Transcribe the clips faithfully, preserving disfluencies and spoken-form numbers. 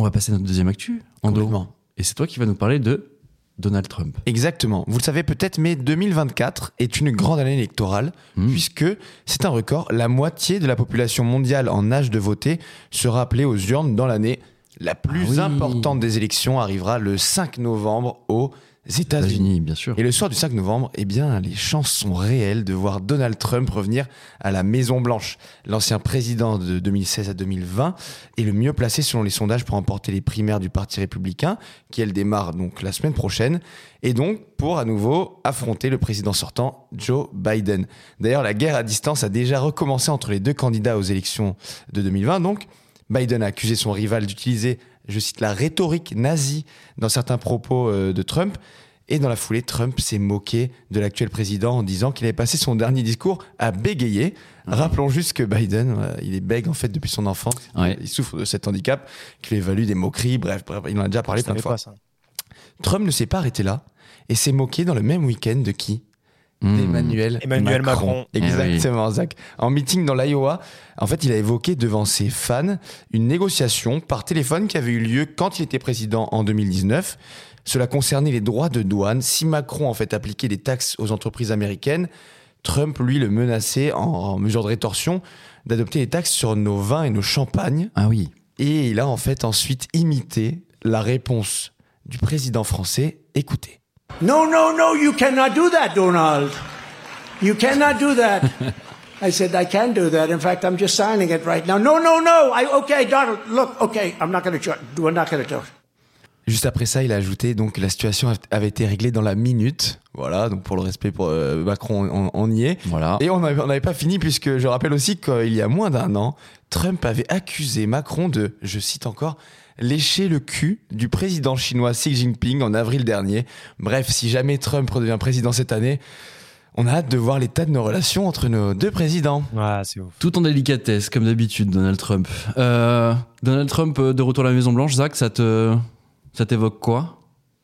va passer à notre deuxième actu, Ando. Complètement. Et c'est toi qui vas nous parler de Donald Trump. Exactement. Vous le savez peut-être, mais deux mille vingt-quatre est une grande année électorale, mmh. puisque c'est un record. La moitié de la population mondiale en âge de voter sera appelée aux urnes dans l'année. La plus ah oui. importante des élections arrivera le cinq novembre aux États-Unis. États-Unis, bien sûr. Et le soir du cinq novembre, eh bien, les chances sont réelles de voir Donald Trump revenir à la Maison-Blanche. L'ancien président de deux mille seize à deux mille vingt est le mieux placé selon les sondages pour remporter les primaires du Parti républicain, qui elles démarrent donc la semaine prochaine, et donc pour à nouveau affronter le président sortant, Joe Biden. D'ailleurs, la guerre à distance a déjà recommencé entre les deux candidats aux élections de deux mille vingt. Donc, Biden a accusé son rival d'utiliser, je cite, la rhétorique nazie dans certains propos euh, de Trump. Et dans la foulée, Trump s'est moqué de l'actuel président en disant qu'il avait passé son dernier discours à bégayer. Mmh. Rappelons juste que Biden, euh, il est bègue en fait depuis son enfance. Ouais. Il souffre de cet handicap qui lui a valu des moqueries. Bref, bref, il en a déjà parlé plein de fois. Ça. Trump ne s'est pas arrêté là et s'est moqué dans le même week-end de qui ? Mmh. Emmanuel, Emmanuel Macron. Macron. Exactement, eh oui. Zach. En meeting dans l'Iowa, en fait, il a évoqué devant ses fans une négociation par téléphone qui avait eu lieu quand il était président en deux mille dix-neuf. Cela concernait les droits de douane. Si Macron en fait appliquait des taxes aux entreprises américaines, Trump, lui, le menaçait en, en mesure de rétorsion d'adopter des taxes sur nos vins et nos champagnes. Ah oui. Et il a en fait ensuite imité la réponse du président français. Écoutez. No, no, no, you cannot do that, Donald. You cannot do that. I said, I can do that. In fact, I'm just signing it right now. No, no, no. I, okay, Donald, look, okay, I'm not going to do We're not going to do it. Juste après ça, il a ajouté donc que la situation avait été réglée dans la minute. Voilà, donc pour le respect pour euh, Macron, on, on y est. Voilà. Et on n'avait pas fini puisque je rappelle aussi qu'il y a moins d'un an, Trump avait accusé Macron de, je cite encore, lécher le cul du président chinois Xi Jinping en avril dernier. Bref, si jamais Trump redevient président cette année, on a hâte de voir l'état de nos relations entre nos deux présidents. Ouais, c'est ouf. Tout en délicatesse, comme d'habitude, Donald Trump. Euh, Donald Trump de retour à la Maison-Blanche, Zach, ça te... Ça t'évoque quoi ?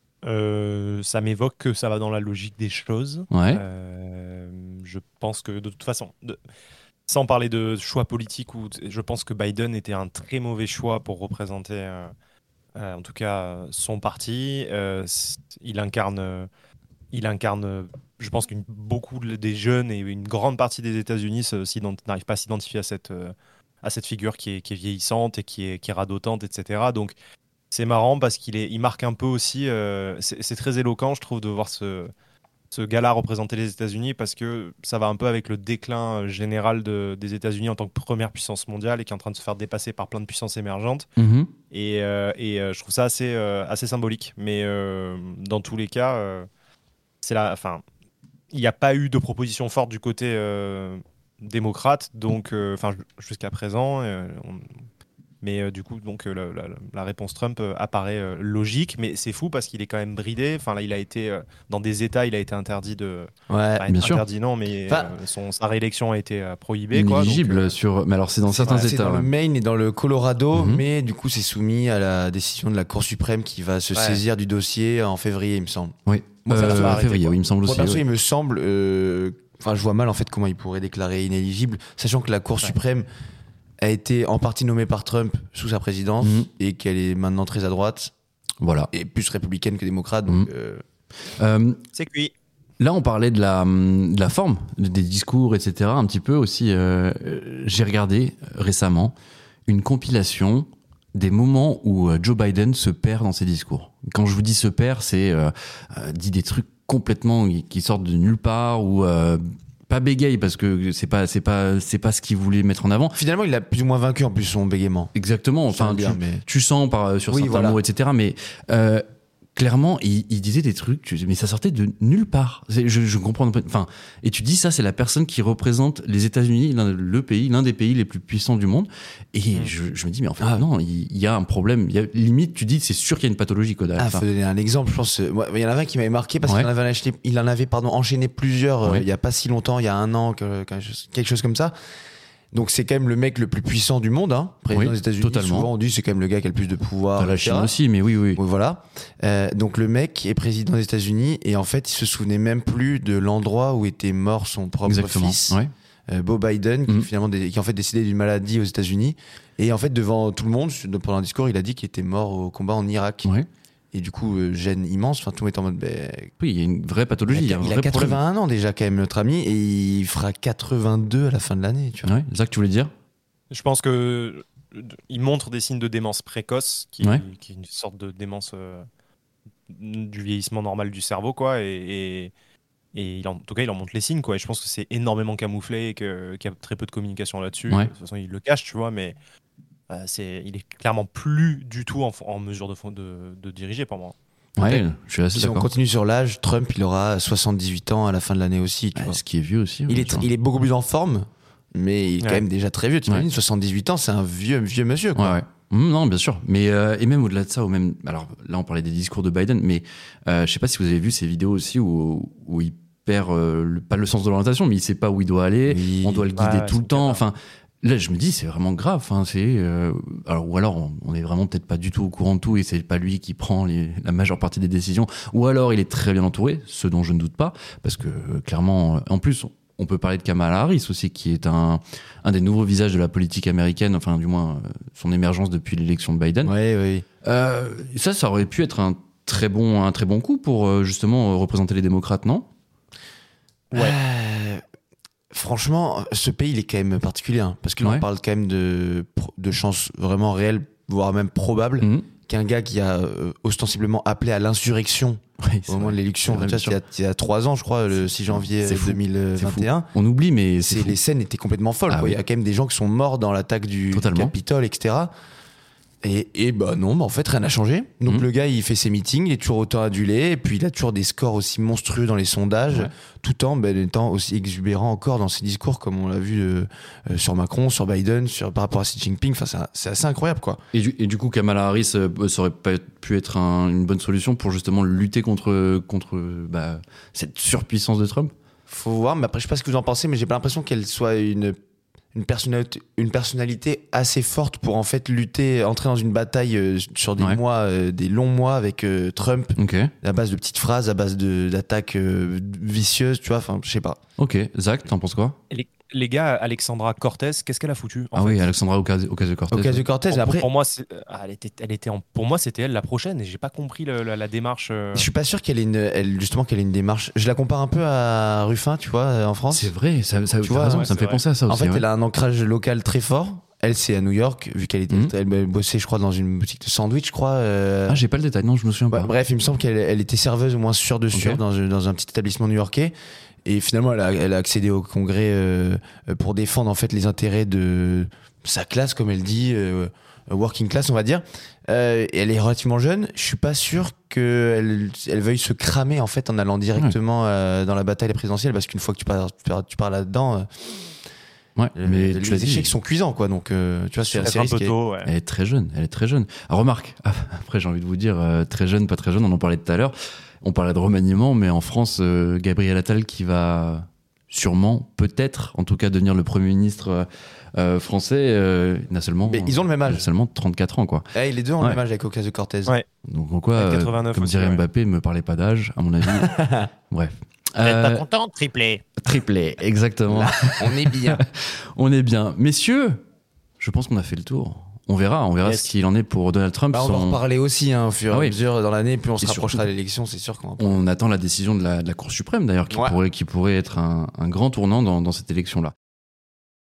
euh, Ça m'évoque que ça va dans la logique des choses. Ouais. Euh, je pense que de toute façon, de, sans parler de choix politique, ou je pense que Biden était un très mauvais choix pour représenter, euh, euh, en tout cas, son parti. Euh, il incarne, euh, il incarne. Je pense que beaucoup des jeunes et une grande partie des États-Unis n'arrivent pas à s'identifier à cette, euh, à cette figure qui est, qui est vieillissante et qui est, qui est radotante, et cetera. Donc c'est marrant parce qu'il est, il marque un peu aussi. Euh, c'est, c'est très éloquent, je trouve, de voir ce, ce gars-là représenter les États-Unis parce que ça va un peu avec le déclin général de, des États-Unis en tant que première puissance mondiale et qui est en train de se faire dépasser par plein de puissances émergentes. Mm-hmm. Et, euh, et euh, je trouve ça assez, euh, assez symbolique. Mais euh, dans tous les cas, euh, c'est la, enfin, il n'y a pas eu de proposition forte du côté euh, démocrate, donc, enfin, euh, jusqu'à présent. Euh, on, Mais euh, du coup, donc, euh, la, la, la réponse Trump euh, apparaît euh, logique, mais c'est fou parce qu'il est quand même bridé. Enfin, là, il a été euh, dans des États, il a été interdit de. Ouais, enfin, bien sûr. Interdit, non, mais enfin, euh, son, sa réélection a été euh, prohibée. Inéligible quoi, donc, euh, sur. Mais alors, c'est dans certains ouais, États. C'est dans ouais. le Maine et dans le Colorado, Mm-hmm. mais du coup, c'est soumis à la décision de la Cour suprême qui va se ouais. saisir du dossier en février, il me semble. Oui. Bon, ça euh, va faire arrêter, février, quoi. oui, il me semble Moi, aussi. perso, ouais. il me semble. euh, Enfin, je vois mal en fait comment il pourrait déclarer inéligible, sachant que la Cour Ouais. suprême a été en partie nommée par Trump sous sa présidence Mm-hmm. et qu'elle est maintenant très à droite Voilà. et plus républicaine que démocrate. Donc, Mm. euh, Euh, c'est cuit. Là, on parlait de la, de la forme, des discours, et cetera. Un petit peu aussi. Euh, j'ai regardé récemment une compilation des moments où Joe Biden se perd dans ses discours. Quand je vous dis se perd, c'est euh, euh, dit des trucs complètement qui sortent de nulle part ou euh, pas bégaye parce que c'est pas c'est pas c'est pas ce qu'il voulait mettre en avant. Finalement, il a plus ou moins vaincu en plus son bégaiement. Exactement. Enfin, bien, tu, mais... tu sens par sur Oui, certains voilà. mots, et cetera. Mais euh, clairement, il, il disait des trucs, tu- mais ça sortait de nulle part. C'est- Je, je comprends pas. Enfin, et tu dis ça, c'est la personne qui représente les États-Unis, l'un, le pays, l'un des pays les plus puissants du monde. Et Mm. je, je me dis, mais en fait, non, il, il y a un problème. Il y a, limite, tu dis, c'est sûr qu'il y a une pathologie, Kodak. Ah, Enfin, faut donner un exemple, je pense. euh, moi, il y en avait un qui m'avait marqué parce Ouais. qu'il en avait, acheté, il en avait pardon, enchaîné plusieurs euh, Ouais. il y a pas si longtemps, il y a un an, que- que- quelque chose comme ça. Donc c'est quand même le mec le plus puissant du monde, hein, président Oui, des États-Unis. totalement. Souvent on dit c'est quand même le gars qui a le plus de pouvoir. t'as la et Chine cetera. aussi, mais oui, oui. Oui, voilà. Euh, donc le mec est président des États-Unis et en fait il se souvenait même plus de l'endroit où était mort son propre Exactement. fils, Ouais. euh, Beau Biden, qui Mhm. finalement dé- qui est en fait décédé d'une maladie aux États-Unis. Et en fait, devant tout le monde, pendant un discours, il a dit qu'il était mort au combat en Irak. Ouais. Et du coup, euh, gêne immense. Enfin, tout le monde est en mode. Bah, Oui, il y a une vraie pathologie. il Il y a, a un il a vrai quatre-vingt-un ans déjà, quand même, notre ami. Et il fera quatre-vingt-deux à la fin de l'année. Tu vois. problème. Ouais, Zach, tu voulais dire? Je pense que il montre des signes de démence précoce, qui, Ouais. qui est une sorte de démence euh, du vieillissement normal du cerveau, quoi. Et, et, et il en, en tout cas, il en montre les signes, quoi. Et je pense que c'est énormément camouflé et que- qu'il y a très peu de communication là-dessus. Ouais. De toute façon, il le cache, tu vois, mais euh, c'est, il est clairement plus du tout en, en mesure de, de, de diriger pour moi. Ouais, je suis assez Si on d'accord. continue sur l'âge, Trump, il aura soixante-dix-huit ans à la fin de l'année aussi. Tu Ouais, vois. ce qui est vieux aussi. Il ouais, est, tu vois. il est beaucoup plus en forme, mais il est quand Ouais. même déjà très vieux. Tu imagines, Ouais. soixante-dix-huit ans, c'est un vieux, vieux monsieur. Quoi. Ouais, ouais. Mmh, non, bien sûr. Mais euh, et même au-delà de ça, ou même, alors là, on parlait des discours de Biden, mais euh, je sais pas si vous avez vu ces vidéos aussi où, où il perd euh, le- pas le sens de l'orientation, mais il sait pas où il doit aller. Oui. On doit le guider Ouais, tout c'est le temps. clair. Enfin, là, je me dis, c'est vraiment grave. Enfin, c'est euh, alors ou alors on, on est vraiment peut-être pas du tout au courant de tout et c'est pas lui qui prend les, la majeure partie des décisions. Ou alors il est très bien entouré, ce dont je ne doute pas, parce que euh, clairement, euh, en plus. On peut parler de Kamala Harris aussi, qui est un, un des nouveaux visages de la politique américaine, enfin du moins euh, son émergence depuis l'élection de Biden. Ouais, ouais. Euh, ça, ça aurait pu être un très bon, un très bon coup pour euh, justement euh, représenter les démocrates, non? Ouais. Euh, franchement, ce pays, il est quand même particulier. Hein, parce que là, Ouais. on parle quand même de, pro- de chances vraiment réelles, voire même probables, Mhm. qu'un gars qui a euh, ostensiblement appelé à l'insurrection Oui, c'est au moment vrai. de l'élection, C'est vrai, tu vois, bien il y, a, il y a trois ans, je crois, le six janvier c'est fou. deux mille vingt et un. On oublie, mais c'est C'est, fou. les scènes étaient complètement folles. Ah quoi. oui. Il y a quand même des gens qui sont morts dans l'attaque du, du Totalement. Capitole, et cetera. Et, et bah non, bah en fait, rien n'a changé. Donc Mhm. le gars, il fait ses meetings, il est toujours autant adulé, et puis il a toujours des scores aussi monstrueux dans les sondages, Ouais. tout en ben, étant aussi exubérant encore dans ses discours, comme on l'a vu euh, euh, sur Macron, sur Biden, sur, par rapport à Xi Jinping. Enfin, c'est, c'est assez incroyable, quoi. Et du, et du coup, Kamala Harris, euh, ça aurait pas pu être un- une bonne solution pour justement lutter contre, contre bah, cette surpuissance de Trump? Faut voir, mais après, je sais pas ce que vous en pensez, mais j'ai pas l'impression qu'elle soit une, une, personnalité, une personnalité assez forte pour en fait lutter, entrer dans une bataille euh, sur des Ouais. mois, euh, des longs mois avec euh, Trump, Ok, à base de petites phrases, à base de, d'attaques euh, vicieuses, tu vois, enfin, je sais pas. ok. Zach, t'en penses quoi? Et les, les gars, Alexandra Cortez, qu'est-ce qu'elle a foutu en Ah fait oui, Alexandra Ocasio- Ocasio-Cortez. Ocasio-Cortez, Pour, mais après, pour moi, c'est- ah, elle était, elle était en, pour moi, c'était elle la prochaine et j'ai pas compris le- la, la démarche. euh. je suis pas sûr qu'elle ait une, elle, justement, qu'elle ait une démarche. Je la compare un peu à Ruffin, tu vois, euh, en France. C'est vrai, ça, ça, Tu t'as vois, raison, ouais, ça me c'est fait vrai. penser à ça En aussi. fait, ouais. elle a un ancrage local très fort. Elle, c'est à New York, vu qu'elle était, Mhm. elle bossait, je crois, dans une boutique de sandwich, je crois. euh, Ah, j'ai pas le détail, non, je me souviens Ouais, pas. bref, il me semble qu'elle elle était serveuse au moins sûre de sûre Ok. dans, dans un petit établissement new-yorkais. Et finalement, elle a, elle a accédé au congrès euh, pour défendre en fait les intérêts de sa classe, comme elle dit, euh, working class, on va dire. Euh, et elle est relativement jeune. Je suis pas sûr qu'elle elle veuille se cramer en fait en allant directement euh, dans la bataille présidentielle, parce qu'une fois que tu pars, tu pars, tu pars là-dedans, euh, Ouais, mais les, tu l'as les dit, échecs sont cuisants, quoi. Donc, euh, tu vois, c'est Peut-être assez un peu risqué. tôt, ouais. elle est très jeune, elle est très jeune. Ah, remarque, ah, après j'ai envie de vous dire, euh, très jeune, pas très jeune, on en parlait tout à l'heure. On parlait de remaniement, mais en France, euh, Gabriel Attal qui va sûrement, peut-être, en tout cas, devenir le Premier ministre euh, euh, français, euh, n'a seulement, Mais ils ont le même il a âge. seulement trente-quatre ans, quoi. Eh, les deux ont Ouais. le même âge avec Ocasio-Cortez. Ouais. Donc en quoi, Ouais, euh, quatre-vingt-neuf comme aussi, dirait ouais. Mbappé, me parlez pas d'âge, à mon avis. Bref. Vous êtes Euh, pas content, triplé. triplé, exactement. Là, on est bien. On est bien. Messieurs, je pense qu'on a fait le tour. On verra, on verra Yes. ce qu'il en est pour Donald Trump. Bah, on va en Son- reparler aussi hein, au fur et Ah à oui. mesure dans l'année, puis on se Et rapprochera surtout- de l'élection, c'est sûr qu'on va en On attend la décision de la, de la Cour suprême, d'ailleurs, qui, Ouais. pourrait, qui pourrait être un, un grand tournant dans, dans cette élection-là.